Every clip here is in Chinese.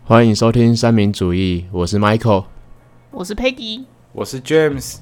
欢迎收听三民主义，我是 Michael， 我是 Peggy， 我是 James。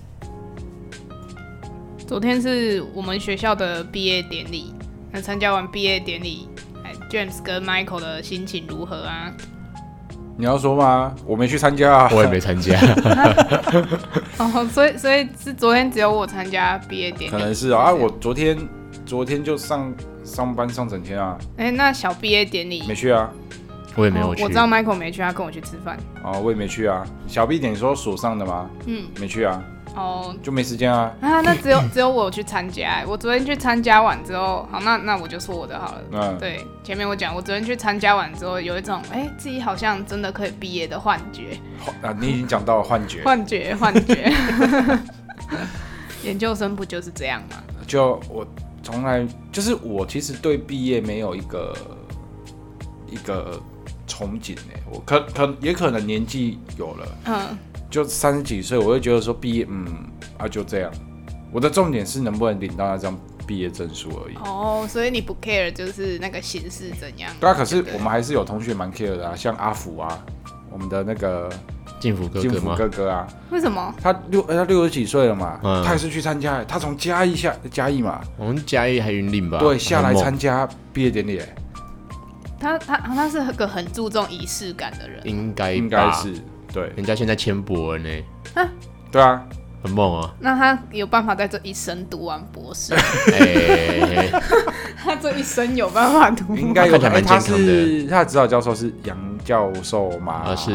昨天是我们学校的毕业典礼，那参加完毕业典礼，James 跟 Michael 的心情如何啊？ 你要说吗？我没去参加啊， 我也没参加。 哦，所以是昨天只有我参加毕业典礼， 可能是啊。我昨天就上班上整天啊。 那小毕业典礼没去啊。 我也没有去。 我知道 Michael 没去，他跟我去吃饭。 哦，我也没去啊。小毕典礼说所上的吗？没去啊。 哦， 就没时间啊。 那只有我去参加。我昨天去参加完之后，好，那我就说我的好了。对，前面我讲，我昨天去参加完之后，有一种自己好像真的可以毕业的幻觉。 你已经讲到了幻觉。 幻觉。研究生不就是这样吗？ 就我从来就是我其实对毕业没有一个憧憬我也可能年纪有了，就30几岁，我会觉得说毕业，就这样。我的重点是能不能领到那张毕业证书而已。 哦，所以你不 care 就是那个形式怎样？ 对啊，可是我们还是有同学蛮 care 的啊，像阿福啊，我们的那个进福哥哥啊。 为什么？ 他60几岁了嘛，他也是去参加，他从嘉义嘛， 我们嘉义还云林吧？ 对，下来参加毕业典礼。 他是个很注重仪式感的人， 应该是对。 人家现在签博了呢。 对啊， 很猛啊。 那他有办法在这一生读完博士？他这一生有办法读吗？ 应该有。 蛮健康的。 他的指导教授是杨教授嘛？ 是。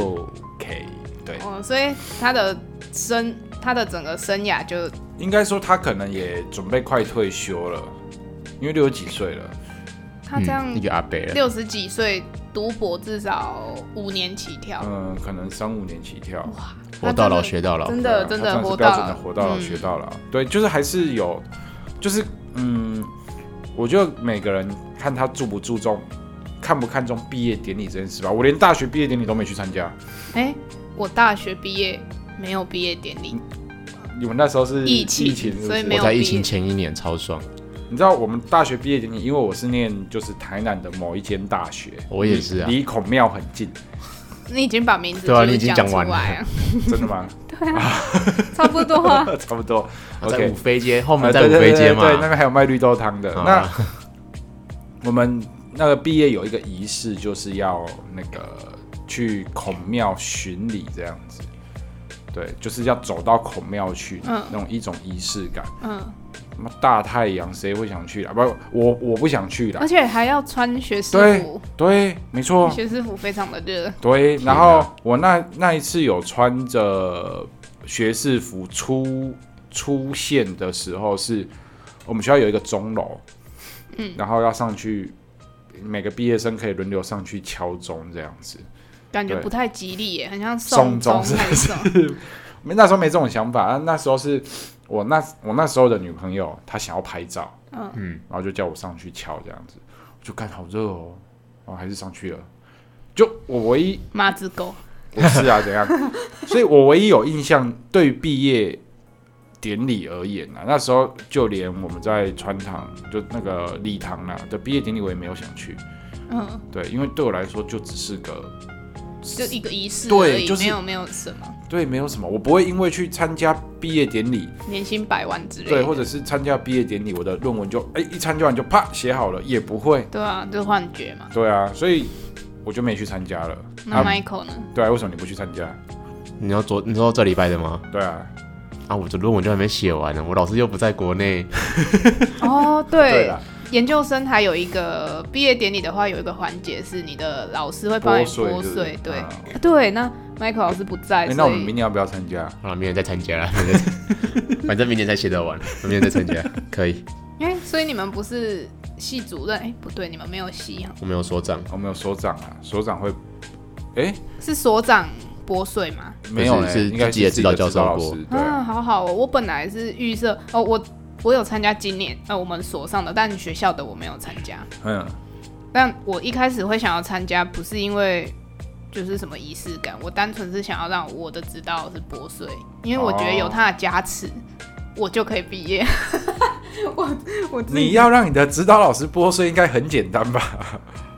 OK， 对。 所以他的整个生涯就应该说他可能也准备快退休了，因为60几岁了。 他这样一个阿伯了 ，60几岁读博至少5年起跳， 可能3-5年起跳。 哇， 活到老学到老， 真的活到老，活到老学到老。对，就是还是有，就是我觉得每个人看他注不注重、看不看重毕业典礼这件事吧。我连大学毕业典礼都没去参加。 我大学毕业没有毕业典礼。 你们那时候是疫情所以没有毕业。 我在疫情前1年超爽。 你知道我们大学毕业典礼，因为我是念就是台南的某一间大学， 我也是啊， 离孔庙很近。 你已经把名字你已经讲完了， 真的吗？ 对啊，差不多啊， 差不多。 在五妃街后面，在五妃街嘛， 对，那边还有卖绿豆汤的。那我们那个毕业有一个仪式，就是要那个去孔庙巡礼这样子。对，就是要走到孔庙去，那种一种仪式感。大太阳谁会想去啊？不，我不想去啦。 而且还要穿学士服。 对，没错。 学士服非常的热。 对，然后我那一次有穿着学士服出现的时候，是我们学校有一个钟楼，然后要上去，每个毕业生可以轮流上去敲钟这样子。 感觉不太吉利耶，很像送钟那种。 那时候没这种想法，那时候是我那时候的女朋友，她想要拍照，然后就叫我上去敲这样子，我就看好热哦，然后还是上去了。就我唯一马子狗， 不是啊，怎样？所以我唯一有印象，对于毕业典礼而言啊，那时候就连我们在川堂就那个礼堂的毕业典礼，我也没有想去。对，因为对我来说就只是就一个仪式而已，就是没有什么。 对，没有什么，我不会因为去参加毕业典礼， 年薪100万之类的。 对，或者是参加毕业典礼，我的论文就一参加完就啪写好了，也不会。 对啊，就是幻觉嘛。 对啊，所以我就没去参加了。 那 Michael 呢？ 对啊，为什么你不去参加？ 你说这礼拜的吗？ 对啊。 我的论文就还没写完呢，我老师又不在国内。 对啦。研究生还有一个毕业典礼的话，有一个环节是你的老师会帮你拨穗，对，那 Michael 老师不在， 那我们明年要不要参加？ 好了，明年再参加啦，反正明年才写得完，明年再参加可以。 所以你们不是系主任？不对，你们没有系啊。 我们有所长， 我们有所长啊，所长会， 是所长拨穗吗？ 没有， 是自己的指导教授拨。 好哦，我本来是预设我有参加今年我们所上的，但学校的我没有参加。但我一开始会想要参加，不是因为就是什么仪式感，我单纯是想要让我的指导老师拨穗，因为我觉得有他的加持，我就可以毕业。 你要让你的指导老师拨穗应该很简单吧？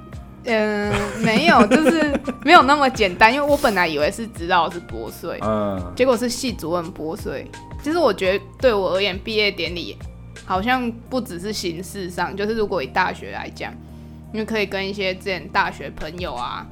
没有，就是没有那么简单，因为我本来以为是指导是拨穗，结果是系主任拨穗。其实我觉得对我而言，毕业典礼好像不只是形式上，就是如果以大学来讲，因为可以跟一些之前大学朋友啊，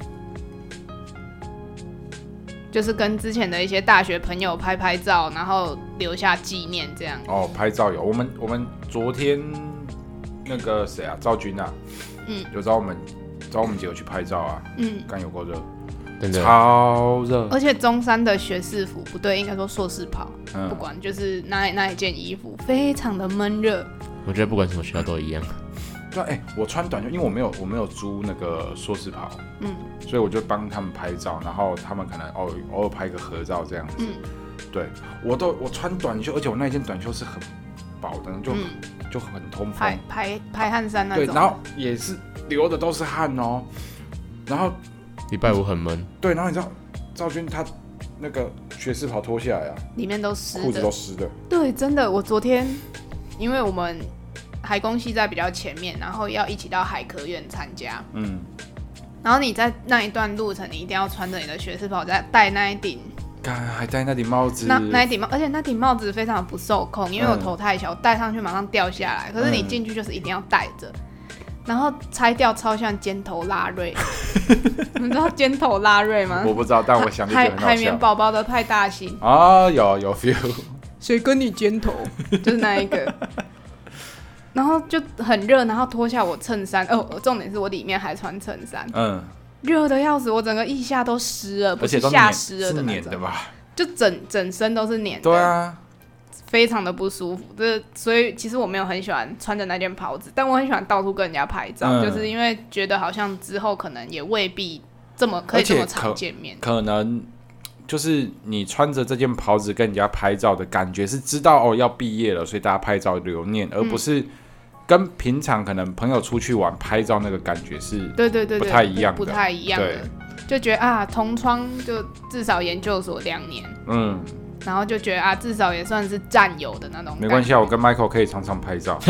就是跟之前的一些大学朋友拍拍照，然后留下纪念这样。 哦，拍照有，我们昨天那个谁啊，赵军啊，有找我们几个去拍照啊，刚有够热，真的超热， 而且中山的学士服不对，应该说硕士袍，不管就是那一件衣服，非常的闷热。 我觉得不管什么学校都一样。 对，我穿短袖，因为我没有租那个硕士袍，所以我就帮他们拍照，然后他们可能偶尔拍个合照这样子。对，我穿短袖，而且我那一件短袖是很薄的，就很通风， 排汗衫那种。 对，然后也是流的都是汗哦。然后礼拜五很闷。对， 然后你知道赵军他那个学士袍脱下来啊， 里面都湿的， 裤子都湿的。 对，真的，我昨天因为我们海工系在比较前面，然后要一起到海科院参加，然后你在那一段路程，你一定要穿着你的学士袍，再戴那一顶。 还戴那顶帽子， 那一顶帽，而且那顶帽子非常不受控，因为我头太小，戴上去马上掉下来。可是你进去就是一定要戴着，然后拆掉超像尖头拉瑞。你知道尖头拉瑞吗？ 我不知道，但我想就觉得很好笑。 海绵宝宝的派大星啊，有 feel。 谁跟你尖头？就是那一个。然后就很热，然后脱下我衬衫，重点是我里面还穿衬衫，热的要死，我整个腋下都湿了，不是下湿了的那种，是黏的吧？就整身都是黏的， 对啊， 非常的不舒服。所以其实我没有很喜欢穿着那件袍子，但我很喜欢到处跟人家拍照，就是因为觉得好像之后可能也未必可以这么常见面， 可能就是你穿着这件袍子跟人家拍照的感觉是知道要毕业了，所以大家拍照留念，而不是跟平常可能朋友出去玩拍照那个感觉是对不太一样的， 不太一样的，就觉得同窗就至少研究所2年，然后就觉得至少也算是战友的那种感觉。 没关系啊，我跟 Michael 可以常常拍照，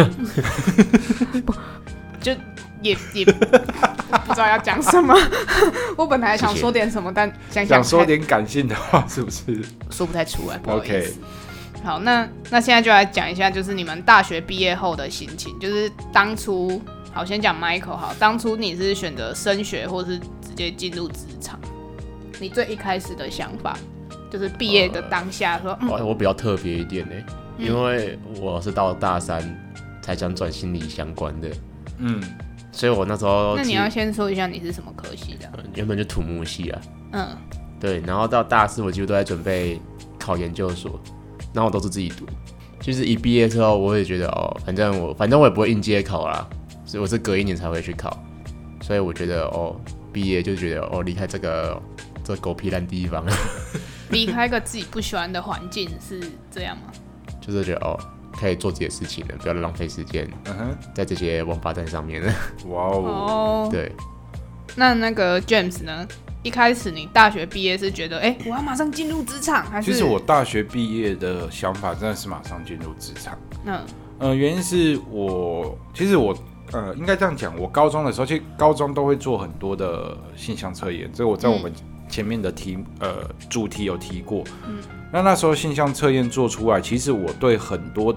就也不知道要讲什么。我本来想说点什么，但想说点感性的话，是不是说不太出来？不好意思。Okay. 好，那现在就来讲一下，就是你们大学毕业后的心情。就是当初，好，先讲 Michael 好，当初你是选择升学，或是直接进入职场？你最一开始的想法，就是毕业的当下说， 我比较特别一点因为我是到大3才想转心理相关的，所以我那时候， 那你要先说一下你是什么科系的？ 原本就土木系啊，对，然后到大4我几乎都在准备考研究所。然后我都是自己读，就是一毕业之后，我也觉得反正我也不会应届考啦，所以我是隔1年才会去考，所以我觉得毕业就觉得离开这狗屁烂地方， 离开个自己不喜欢的环境是这样吗？ 就是觉得可以做自己的事情了，不要浪费时间在这些王八蛋上面了。 哇哦， 对。那个 James 呢？一开始你大学毕业是觉得我要马上进入职场，还是？ 其实我大学毕业的想法真的是马上进入职场。原因是其实我应该这样讲，我高中的时候，其实高中都会做很多的性向测验，这个我在我们前面的主题有提过。那时候性向测验做出来，其实我对很多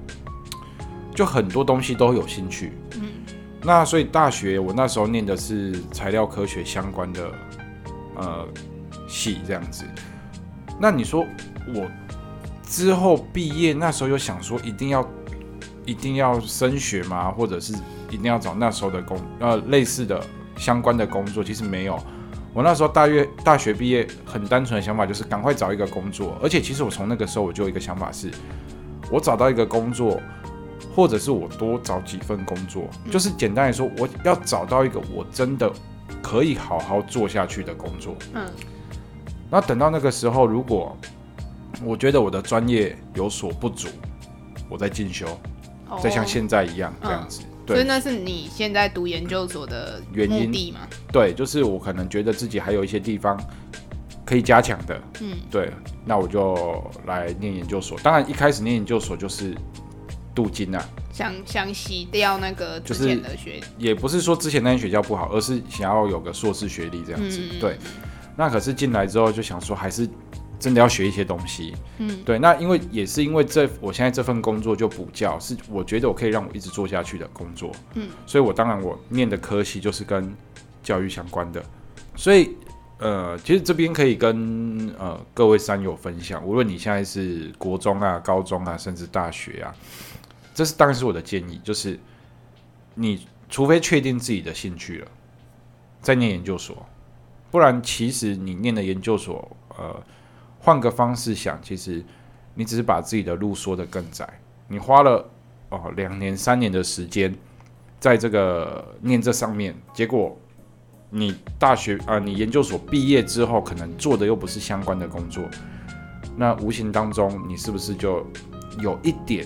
东西都有兴趣。那所以大学我那时候念的是材料科学相关的系这样子。那你说我之后毕业那时候有想说一定要升学吗？或者是一定要找那时候的类似的相关的工作？其实没有。我那时候大学毕业很单纯的想法就是赶快找一个工作，而且其实我从那个时候我就有一个想法是，我找到一个工作，或者是我多找几份工作，就是简单来说，我要找到一个我真的可以好好做下去的工作。然后等到那个时候，如果我觉得我的专业有所不足，我再进修，再像现在一样这样子。 所以那是你现在读研究所的目的吗？ 对，就是我可能觉得自己还有一些地方可以加强的。对，那我就来念研究所。当然一开始念研究所就是镀金啊， 想洗掉那个之前的学历， 也不是说之前那间学校不好，而是想要有个硕士学历这样子。对，那可是进来之后就想说，还是真的要学一些东西。对，那也是因为我现在这份工作就补教，是我觉得我可以让我一直做下去的工作。所以当然我念的科系就是跟教育相关的，所以其实这边可以跟各位山友分享，无论你现在是国中啊、高中啊，甚至大学啊。这当然是我的建议，就是你除非确定自己的兴趣了，再念研究所，不然其实你念的研究所，换个方式想，其实你只是把自己的路缩得更窄。你花了2年3年的时间在这个念这上面，结果你大学你研究所毕业之后，可能做的又不是相关的工作，那无形当中你是不是就有一点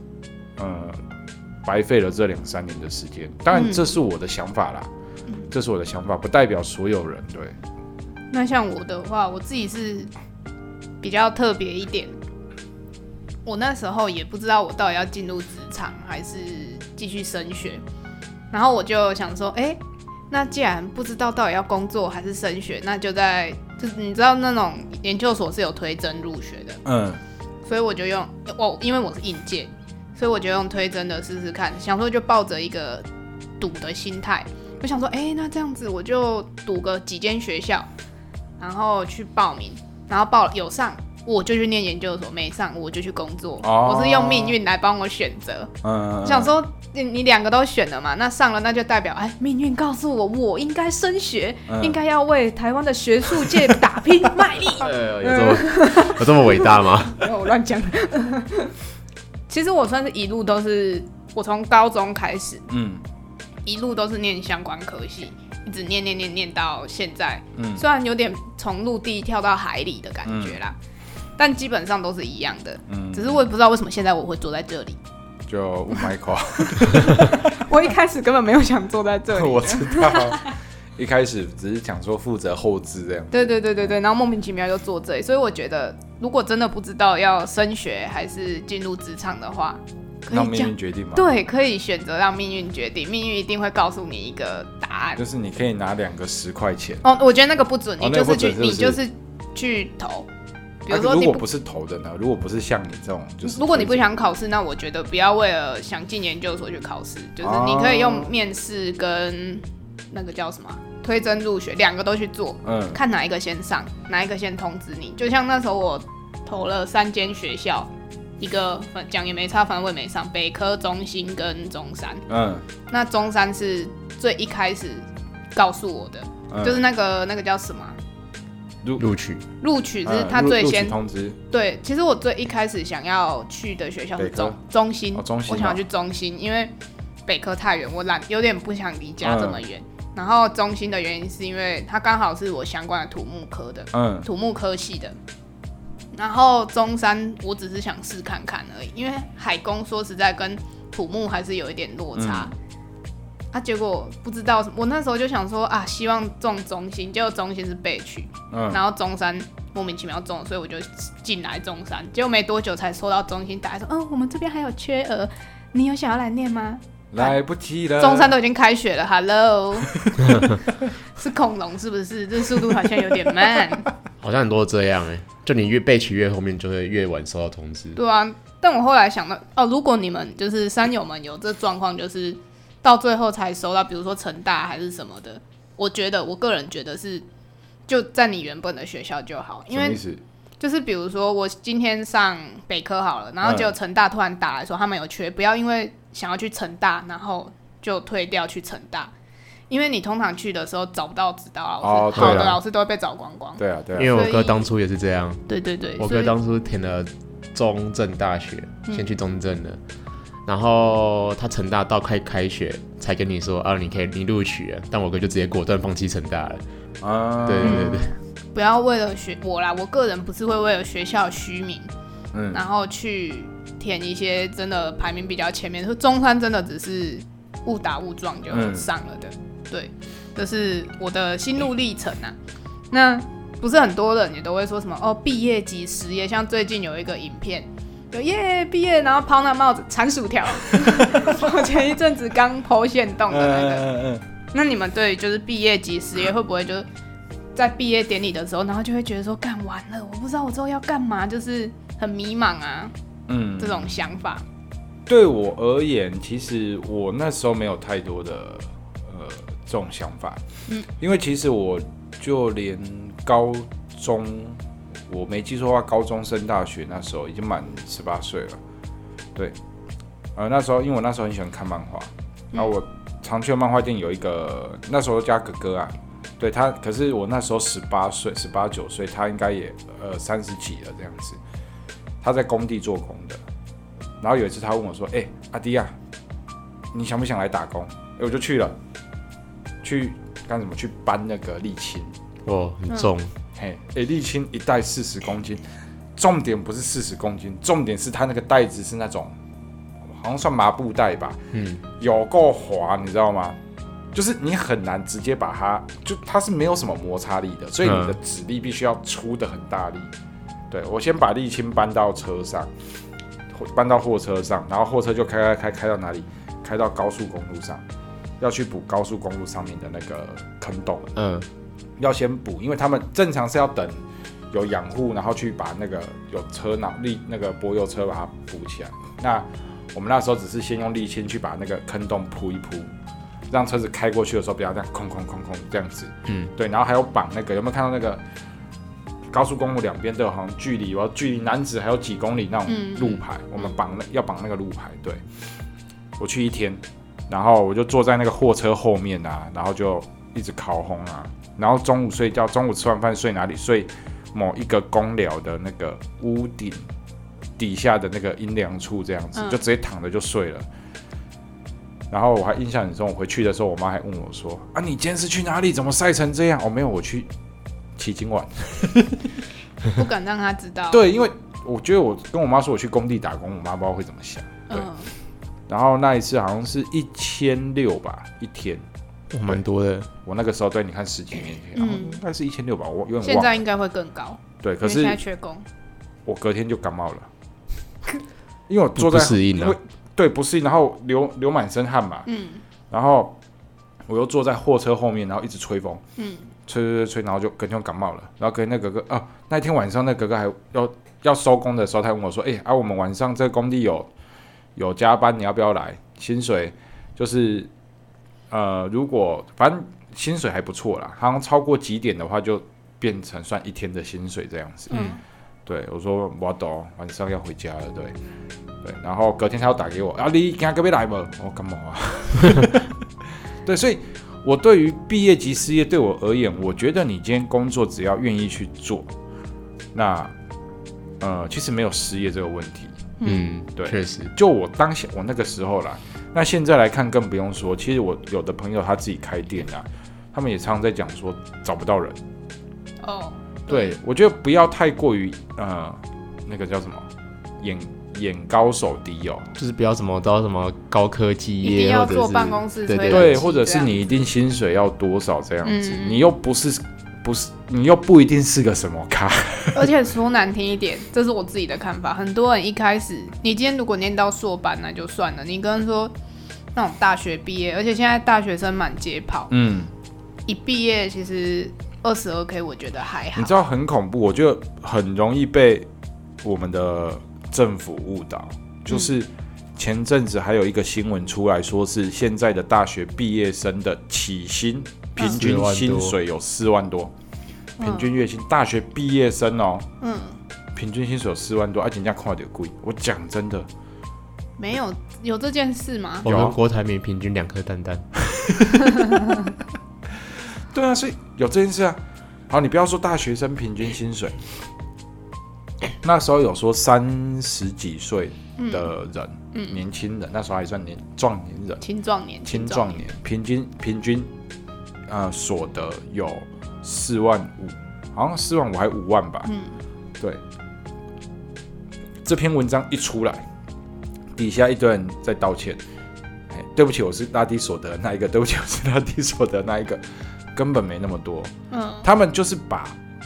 白费了这2-3年的时间？当然这是我的想法啦，这是我的想法，不代表所有人。对。 那像我的话，我自己是比较特别一点，我那时候也不知道我到底要进入职场还是继续升学，然后我就想说，那既然不知道到底要工作还是升学，那就是你知道那种研究所是有推甄入学的，所以我就因为我是应届，所以我就用推甄的试试看，想说就抱着一个赌的心态，我想说，那这样子我就赌个几间学校，然后去报名，然后有上我就去念研究所，没上我就去工作。我是用命运来帮我选择。想说你2个都选了嘛，那上了那就代表命运告诉我应该升学，应该要为台湾的学术界打拼卖力。 有这么伟大吗？ 我乱讲。其实我算是一路都是我从高中开始，一路都是念相关科系。一直念到现在，虽然有点从陆地跳到海里的感觉啦，但基本上都是一样的。只是我也不知道为什么现在我会坐在这里。 就Michael， 我一开始根本没有想坐在这里。 我知道，一开始只是想说负责后置这样。 对，然后莫名其妙就坐这里，所以我觉得如果真的不知道要升学还是进入职场的话， 让命运决定吗？ 对，可以选择让命运决定，命运一定会告诉你一个答案。 就是你可以拿2个10块钱。 我觉得那个不准，你就是去投。比如说如果不是投的呢？如果不是像你这种，就是如果你不想考试，那我觉得不要为了想进研究所去考试，就是你可以用面试跟那个叫什么推甄入学2个都去做，看哪一个先上，哪一个先通知你。就像那时候我投了3间学校。一个讲也没差，反正我也没上。北科、中兴跟中山。那中山是最一开始告诉我的，就是那个叫什么？ 录取是他最先通知。 对，其实我最一开始想要去的学校是中兴，我想要去中兴，因为北科太远，我有点不想离家这么远。然后中兴的原因是因为它刚好是我相关的土木科的，土木科系的。然后中山我只是想试看看而已，因为海工说实在跟土木还是有一点落差。结果不知道，我那时候就想说希望中中兴，结果中兴是备取，然后中山莫名其妙中了，所以我就进来中山，结果没多久才收到中兴打来说，我们这边还有缺额，你有想要来念吗？ 来不及了， 中山都已经开学了 ，Hello， 是恐龙是不是？这速度好像有点慢。 好像很多这样就你越备取越后面就会越晚收到通知。 对啊，但我后来想到如果你们就是山友们有这状况，就是到最后才收到，比如说成大还是什么的，我个人觉得是就在你原本的学校就好，因为什么意思？ 就是比如说我今天上北科好了，然后结果成大突然打来说他们有缺，不要因为想要去成大，然后就退掉去成大。因为你通常去的时候找不到指导老师，好的老师都会被找光光。 对啊， 因为我哥当初也是这样。 对， 我哥当初填了中正大学，先去中正的，然后他成大到快开学才跟你说你录取了，但我哥就直接果断放弃成大了。对。 不要为了我个人不是会为了学校虚名，然后去填一些真的排名比较前面，说中山真的只是误打误撞就上了的。对，这是我的心路历程啊。那不是很多人也都会说什么毕业即失业，像最近有一个影片， 就耶毕业，然后抛那帽子铲薯条。我前一阵子刚剖线洞的那个。那你们对就是毕业及失业会不会就是在毕业典礼的时候，然后就会觉得说干完了，我不知道我之后要干嘛，就是很迷茫啊，这种想法。 对我而言，其实我那时候没有太多的这种想法，因为其实我就连高中，我没记错的话，高中升大学那时候已经满18岁了，对，那时候因为我那时候很喜欢看漫画，然后我常去的漫画店有一个，那时候叫哥哥啊，对他，可是我那时候18岁，18、19岁，他应该也30几了这样子，他在工地做工的，然后有一次他问我说，阿弟啊，你想不想来打工？我就去了，去干什么？去搬那个沥青， 哇，很重， 沥青一袋40公斤，重点不是40公斤，重点是他那个袋子是那种。好像算麻布袋吧，有够滑，你知道吗？就是你很难直接把它，它是没有什么摩擦力的，所以你的指力必须要出得很大力。对，我先把沥青搬到车上，搬到货车上，然后货车就开到哪里？开到高速公路上，要去补高速公路上面的那个坑洞。要先补，因为他们正常是要等有养护，然后去把那个有车那个柏油车把它补起来。那我们那时候只是先用沥青去把那个坑洞铺一铺，让车子开过去的时候不要这样空这样子。对，然后还有绑那个，有没有看到那个高速公路两边都有好像距离男子还有几公里那种路牌，我们要绑那个路牌。对，我去1天，然后我就坐在那个货车后面啊，然后就一直烤烘啊，然后中午睡觉，中午吃完饭睡哪里？睡某一个公寮的那个屋顶底下的那个阴凉处，这样子就直接躺着就睡了。然后我还印象很深，我回去的时候，我妈还问我说：“啊，你今天是去哪里？怎么晒成这样？”没有，我去骑今晚。 不敢让她知道。 对，因为我觉得我跟我妈说我去工地打工，我妈不知道会怎么想。对。然后那一次好像是1600吧，1天。 蛮多的。我那个时候对，你看10几年前，应该是1600吧，我有点忘了。 现在应该会更高。 对，可是现在缺工， 我隔天就感冒了，因为我坐在不适应了， 对，不适应，然后流满身汗嘛，然后我又坐在货车后面，然后一直吹风，吹，然后就隔天感冒了，然后隔天那哥哥那天晚上那哥哥还要收工的时候，他问我说，我们晚上这个工地有加班，你要不要来？薪水就是如果反正薪水还不错啦，好像超过几点的话就变成算1天的薪水这样子。对，我说我懂，晚上要回家了，对，然后隔天他又打给我，你今天要不要来吗？我干嘛啊？对，所以我对于毕业及失业对我而言，我觉得你今天工作只要愿意去做，那其实没有失业这个问题。对， 确实， 就我当下我那个时候啦，那现在来看更不用说。其实我有的朋友他自己开店啊，他们也常常在讲说找不到人。对，我觉得不要太过于那个叫什么眼高手低哦， 就是不要什么到什么高科技业， 一定要坐办公室， 对，或者是你一定薪水要多少这样子，你又不是，你又不一定是个什么咖。 而且说难听一点，这是我自己的看法。很多人一开始，你今天如果念到硕班那就算了，你跟人说那种大学毕业，而且现在大学生满街跑，一毕业其实22K 我觉得还好。 你知道很恐怖，我觉得很容易被我们的政府误导，就是前阵子还有一个新闻出来说，是现在的大学毕业生的起薪平均薪水有4万多，平均月薪，大学毕业生平均薪水有4万多，而且人家看得贵。我讲真的， 没有这件事吗？ 我们郭台铭平均2颗蛋蛋。 对啊，所以有这件事啊。好，你不要说大学生平均薪水，那时候有说30几岁的人，年轻人，那时候还算壮年人，青壮年，平均所得有4万5，好像4万5还5万吧。对。这篇文章一出来，底下一堆人在道歉。对不起，我是拉低所得的那一个。对不起，我是拉低所得的那一个，根本没那么多。他们就是把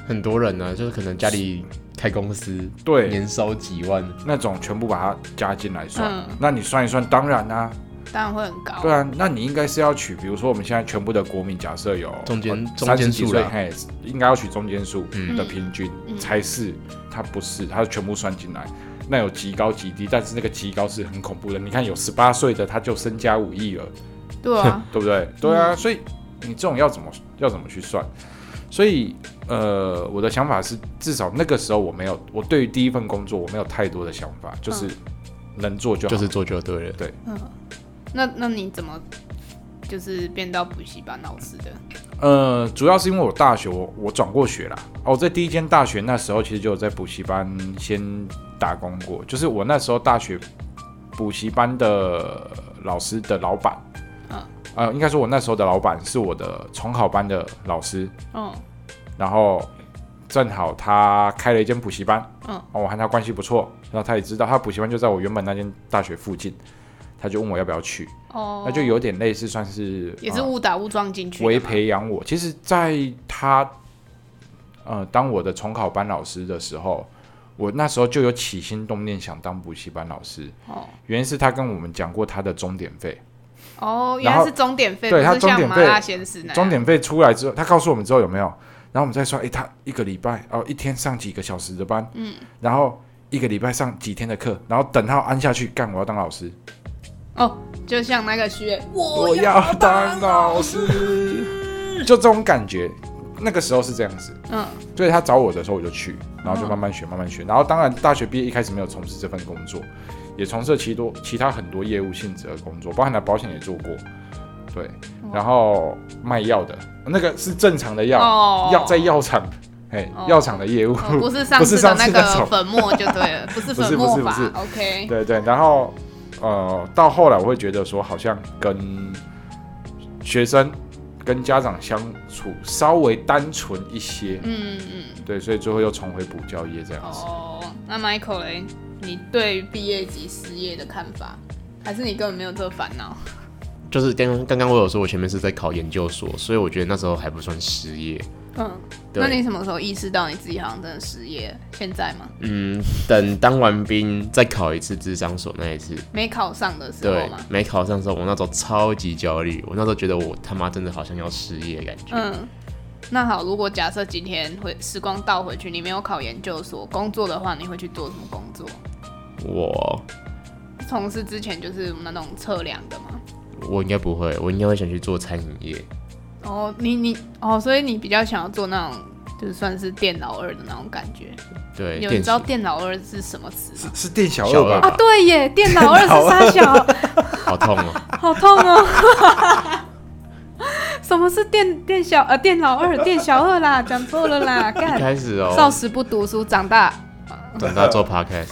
很多人呢，就是可能家里开公司， 对， 年收几万那种，全部把它加进来算。那你算一算，当然啊， 当然会很高。 对啊，那你应该是要取，比如说我们现在全部的国民，假设有中间数啦，应该要取中间数的平均才是，它不是，它全部算进来。那有极高极低，但是那个极高是很恐怖的。你看有18岁的，他就身家5亿了， 对啊， 对不对？对啊，所以你这种要怎么去算？所以我的想法是，至少那个时候我对于第一份工作我没有太多的想法，就是能做就好， 就是做就对了。 对， 那你怎么就是变到补习班老师的？ 主要是因为我大学我转过学啦。我在第一间大学那时候其实就有在补习班先打工过，就是我那时候大学补习班的老师的老板，应该说我那时候的老板是我的重考班的老师，然后正好他开了一间补习班，我和他关系不错，然后他也知道他补习班就在我原本那间大学附近，他就问我要不要去，那就有点类似算是也是误打误撞进去， 为培养我。其实，在他当我的重考班老师的时候，我那时候就有起心动念想当补习班老师，原因是他跟我们讲过他的钟点费。 原来是钟点费， 对， 不是像麻辣鲜师那样。 钟点费出来之后，他告诉我们之后有没有？然后我们再算，他一个礼拜一天上几个小时的班，然后一个礼拜上几天的课，然后等他按下去，我要当老师。 就像那个学我要当老师，就这种感觉。那个时候是这样子，所以他找我的时候我就去，然后就慢慢学，慢慢学。然后当然大学毕业一开始没有从事这份工作，也从事了其他很多业务性质的工作，包含了保险也做过，对，然后卖药的那个是正常的药，在药厂，药厂的业务， 不是上次的那个粉末就对了，不是粉末法，不是 ，OK， 对对，然后到后来我会觉得说，好像跟学生跟家长相处稍微单纯一些，对，所以最后又重回补教业这样子。 那 Michael 嘞，你对毕业及失业的看法，还是你根本没有这个烦恼？ 就是刚刚我有说，我前面是在考研究所，所以我觉得那时候还不算失业。 那你什么时候意识到你自己好像真的失业？现在吗？ 等当完兵再考一次諮商所那一次， 没考上的时候吗？ 对，没考上的时候，我那时候超级焦虑，我那时候觉得我他妈真的好像要失业的感觉。 那好，如果假设今天时光倒回去，你没有考研究所工作的话，你会去做什么工作？ 我从事之前就是那种测量的吗？ 我应该不会，我应该会想去做餐饮业。 所以你比较想要做那种，就是算是店老二的那种感觉。 对， 你知道店老二是什么词吗？ 是店小二吧？ 对耶，店老二是啥小？ 好痛哦！ 好痛哦！什么是店老二？店小二啦，讲错了啦！ 一开始少时不读书，长大做 podcast。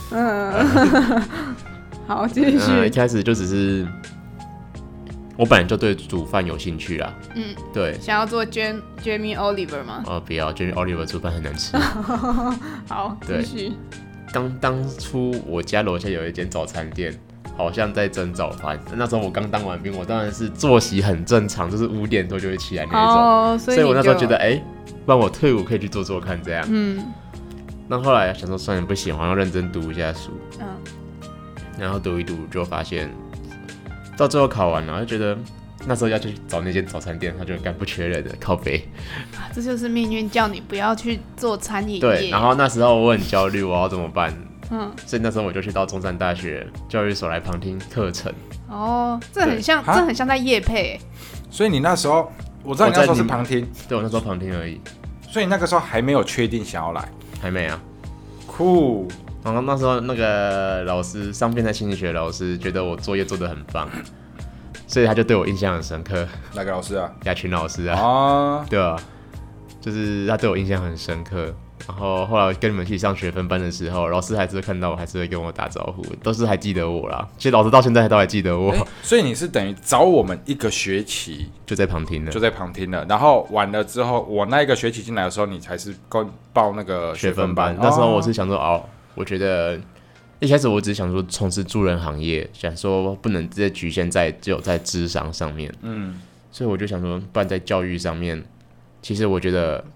好，继续。 一开始就只是。我本来就对煮饭有兴趣啦，对， 想要做 Jamie Oliver 吗？ 不要 ，Jamie Oliver 煮饭很难吃。 好，继续。 当初我家楼下有一间早餐店，好像在蒸早饭。那时候我刚当完兵，我当然是作息很正常，就是5点多就会起来那种。所以我那时候觉得，不然我退伍可以去做做看这样。那后来想说，算了，不行，我要认真读一下书。然后读一读，就发现。到最后考完了，就觉得那时候要去找那间早餐店，他就干不缺人的，靠北。 这就是命运叫你不要去做餐饮业。 对，然后那时候我很焦虑，我要怎么办？所以那时候我就去到中山大学教育所来旁听课程。 这很像在业配。 所以你那时候，我知道你那时候是旁听， 对我那时候旁听而已。 所以你那个时候还没有确定想要来， 还没啊。 酷。 然后那时候那个老师，上变态心理学老师觉得我作业做得很棒，所以他就对我印象很深刻。 哪个老师啊？ 亚群老师啊。对啊，就是他对我印象很深刻。然后后来跟你们一起上学分班的时候，老师还是会看到我，还是会跟我打招呼，都是还记得我啦。其实老师到现在都还记得我。 所以你是等于早我们1个学期就在旁听了，然后完了之后，我那1个学期进来的时候，你才是报那个学分班。 那时候我是想说，我觉得一开始我只是想说从事助人行业，想说不能直接局限只有在諮商上面，所以我就想说，不然在教育上面，其实我觉得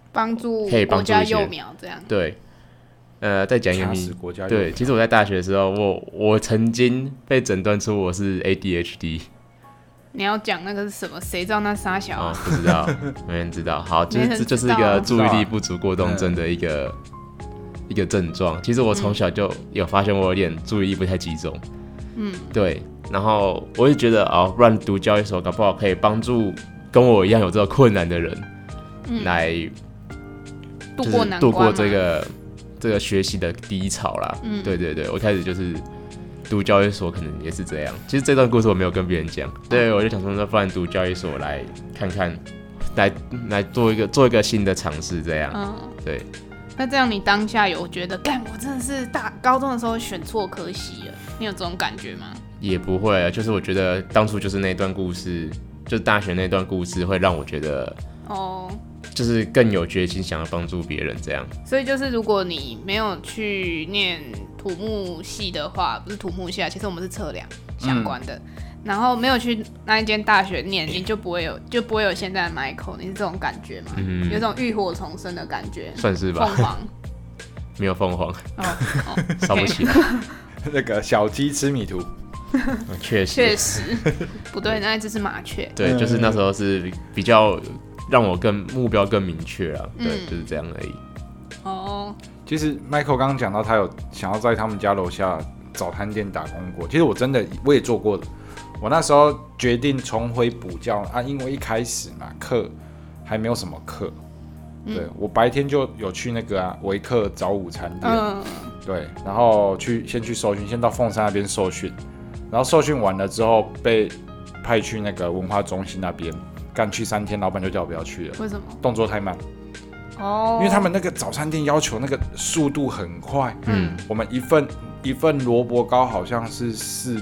帮助可以帮助国家幼苗这样。 对，再讲一个秘密。对，其实我在大学的时候，我曾经被诊断出我是 ADHD。 你要讲那个是什么？谁知道那啥小啊？ 不知道，没人知道。好，这就是一个注意力不足过动症的一个症状。其实我从小就有发现我有点注意力不太集中。对。然后我就觉得不然读交易所搞不好可以帮助跟我一样有这个困难的人，来度过这个学习的低潮啦。对对对，我开始就是读交易所可能也是这样。其实这段故事我没有跟别人讲，对，我就想说，不然读交易所来看看，来做一个新的尝试，这样。对。 那这样你当下有觉得，我真的是高中的时候选错科系了，你有这种感觉吗？ 也不会啊，就是我觉得当初就是那段故事，就是大学那段故事，会让我觉得就是更有决心想要帮助别人这样。 所以就是如果你没有去念土木系的话，不是土木系啊，其实我们是测量相关的，然后没有去那一间大学念，你就不会有现在的 Michael。你是这种感觉吗？有种浴火重生的感觉， 算是吧。 凤凰没有凤凰，烧不起来。 那个小鸡吃米图。 确实不对，那一只是麻雀。 对，就是那时候是比较让我目标更明确啦。对，就是这样而已。 其实 Michael 刚刚讲到他有想要在他们家楼下早餐店打工过，其实我也做过的。我那时候决定重回补教因为一开始嘛课还没有什么课，对，我白天就有去那个维克早午餐店，对，然后先去受训，先到凤山那边受训。然后受训完了之后，被派去那个文化中心那边，去3天，老板就叫我不要去了。 为什么？ 动作太慢。因为他们那个早餐店要求那个速度很快。我们一份萝卜糕好像是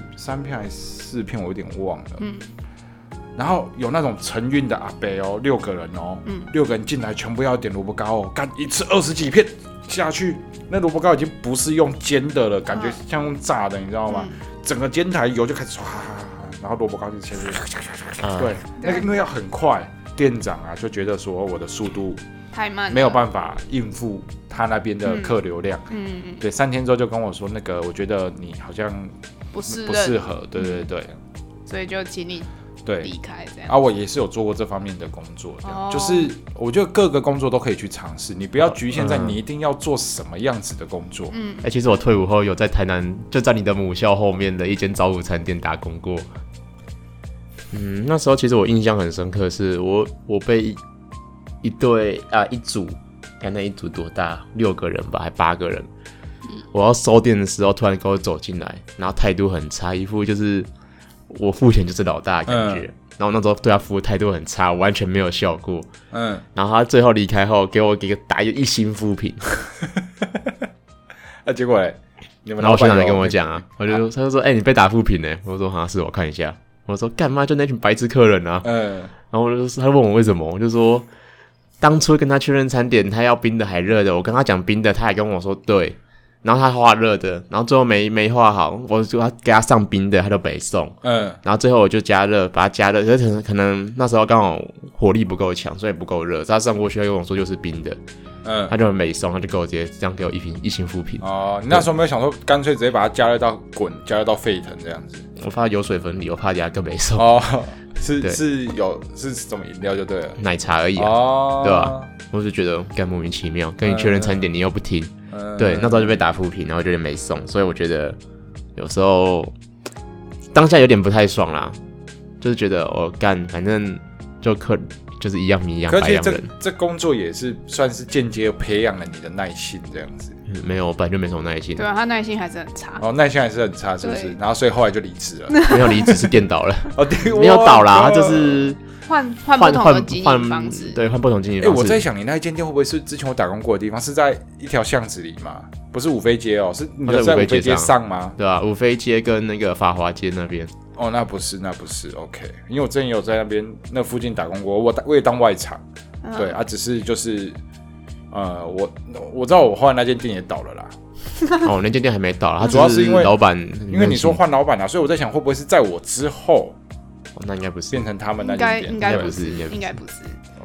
3片还是4片，我有点忘了。然后有那种承运的阿伯6个人6个人进来全部要点萝卜糕一次20几片下去，那萝卜糕已经不是用煎的了，感觉像用炸的，你知道吗？整个煎台油就开始唰，然后萝卜糕就切入。对，那个因为要很快，店长就觉得说我的速度太慢了， 没有办法应付他那边的客流量。对，3天之后就跟我说，那个我觉得你好像不适合。对对对， 所以就请你离开这样。 我也是有做过这方面的工作，就是我觉得各个工作都可以去尝试，你不要局限在你一定要做什么样子的工作。 其实我退伍后有在台南，就在你的母校后面的一间早午餐店打工过。那时候其实我印象很深刻，是我被一组，看那一组多大，6个人吧，还8个人。我要收店的时候，突然给我走进来，然后态度很差，一副就是我付钱就是老大的感觉。然后那时候对他服务态度很差，完全没有笑过。然后他最后离开后，给我打一星负评。 结果嘞， 然后我学长来跟我讲他就说你被打负评呢。我说是我看一下。我说干嘛就那群白痴客人啊。然后他问我为什么，我就说当初跟他确认餐点，他要冰的还热的，我跟他讲冰的，他还跟我说对。然后他画热的，然后最后没画好，我就给他上冰的，他就没送。然后最后我就加热，把它加热，可能那时候刚好火力不够强，所以不够热。他上过去，他跟我说就是冰的，他就没送，他就给我直接这样给我一星负评。 你那时候没有想说干脆直接把它加热到滚，加热到沸腾这样子？ 我怕有水分离，我怕等下更没送。 是什么饮料就对了， 奶茶而已对吧？我就觉得干莫名其妙，跟你确认餐点你又不听。对，那时候就被打负评，然后就没送，所以我觉得有时候当下有点不太爽啦，就是觉得反正就是一样米一样白一样人。 这工作也是算是间接培养了你的耐性这样子。 没有，我本来就没什么耐心。 对啊，他耐心还是很差。 耐心还是很差，是不是？然后所以后来就离职了。 没有离职，是店倒了。没有倒啦，他就是换不同的经营方式。 对，换不同经营方式。 我在想，你那一间店会不会是之前我打工过的地方？是在一条巷子里吗？不是五妃街是你在五妃街上吗？ 对啊，五妃街跟那个法华街那边。 那不是 OK， 因为我之前也有在那边那附近打工过，我也当外场。对啊，只是就是我知道我后来那间店也倒了啦。 那间店还没倒，他主要是因为老板， 因为你说换老板所以我在想会不会是在我之后， 那应该不是变成他们那间店， 应该不是。OK。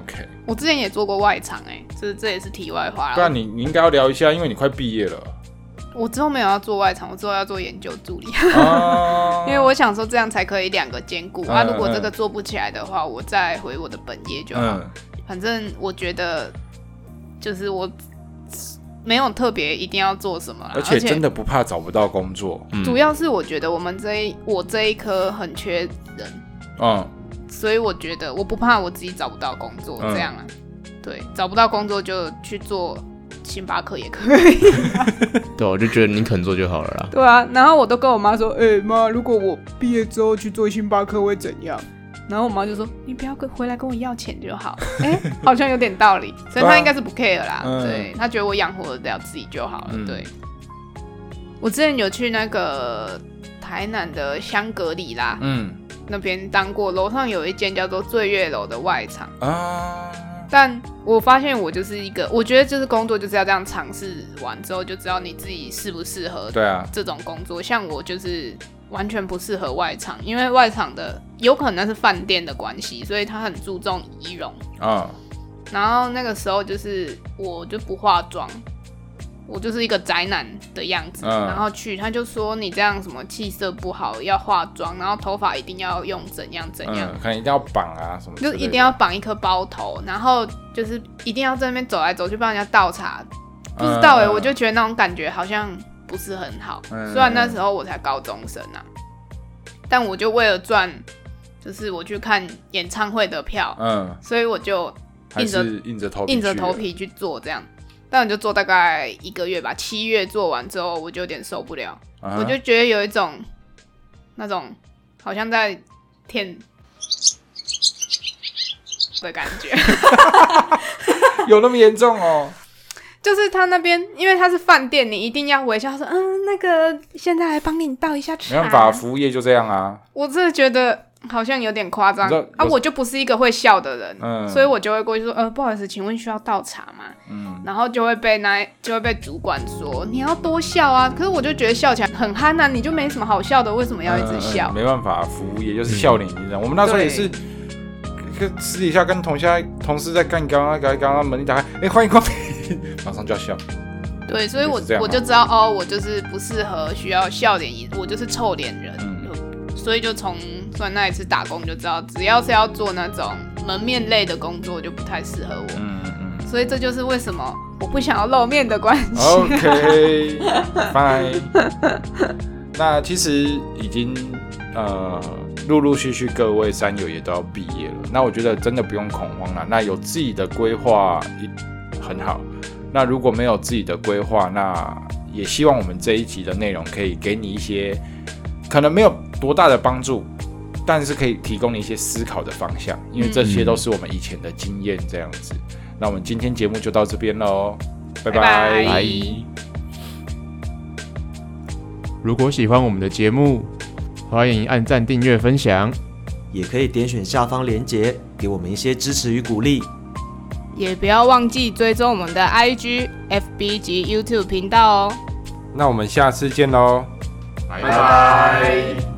我之前也做过外场这也是题外话了。 对啊，你应该要聊一下，因为你快毕业了。 我之后没有要做外场，我之后要做研究助理，因为我想说这样才可以2个兼顾啊。如果这个做不起来的话，我再回我的本业就好。反正我觉得就是我没有特别一定要做什么啦， 而且真的不怕找不到工作。 主要是我觉得我这一科很缺人，所以我觉得我不怕我自己找不到工作这样啊。对，找不到工作就去做星巴克也可以。 对，我就觉得你肯做就好了啦。 对啊，然后我都跟我妈说，妈，如果我毕业之后去做星巴克会怎样？然后我妈就说，你不要回来跟我要钱就好。好像有点道理，所以她应该是不 care 啦。对，她觉得我养活得了自己就好了。对，我之前有去那个台南的香格里拉，那边当过，楼上有一间叫做醉月楼的外场啊。但我发现我就是我觉得就是工作就是要这样尝试完之后就知道你自己适不适合这种工作。像我就是完全不适合外场，因为外场的有可能那是饭店的关系，所以他很注重仪容啊。然后那个时候就是我就不化妆，我就是一个宅男的样子，然后他就说你这样什么气色不好，要化妆，然后头发一定要用怎样， 可能一定要绑啊什么， 就一定要绑一颗包头，然后就是一定要在那边走来走去帮人家倒茶，不知道我就觉得那种感觉好像不是很好。虽然那时候我才高中生啊，但我就为了赚，就是我去看演唱会的票，所以我就硬着头皮去做这样。但我就做大概1个月吧，7月做完之后我就有点受不了，我就觉得有一种那种好像在舔的感觉。 有那么严重哦？ 就是他那边，因为他是饭店，你一定要微笑说，那个现在来帮你倒一下茶。 没办法，服务业就这样啊。 我真的觉得好像有点夸张啊！我就不是一个会笑的人，所以我就会过去说，不好意思，请问需要倒茶吗？然后就会被主管说你要多笑啊。可是我就觉得笑起来很憨啊，你就没什么好笑的，为什么要一直笑？ 没办法，服务业就是笑脸迎人。我们那时候也是。私底下跟同事在干，刚刚门一打开，欢迎光临，马上就要笑。 对，所以我就知道我就是不适合需要笑脸，我就是臭脸人。所以就从那一次打工就知道，只要是要做那种门面类的工作，就不太适合我。所以这就是为什么我不想要露面的关系。 OK， fine。那其实已经陆陆续续各位山友也都要毕业了，那我觉得真的不用恐慌啦。那有自己的规划很好，那如果没有自己的规划，那也希望我们这一集的内容可以给你一些可能没有多大的帮助，但是可以提供你一些思考的方向，因为这些都是我们以前的经验这样子。那我们今天节目就到这边咯，拜拜。 如果喜欢我们的节目，欢迎按赞、订阅、分享， 也可以点选下方连结，给我们一些支持与鼓励。 也不要忘记追踪我们的 IG、FB 及 YouTube 频道哦。 那我们下次见喽， 拜拜。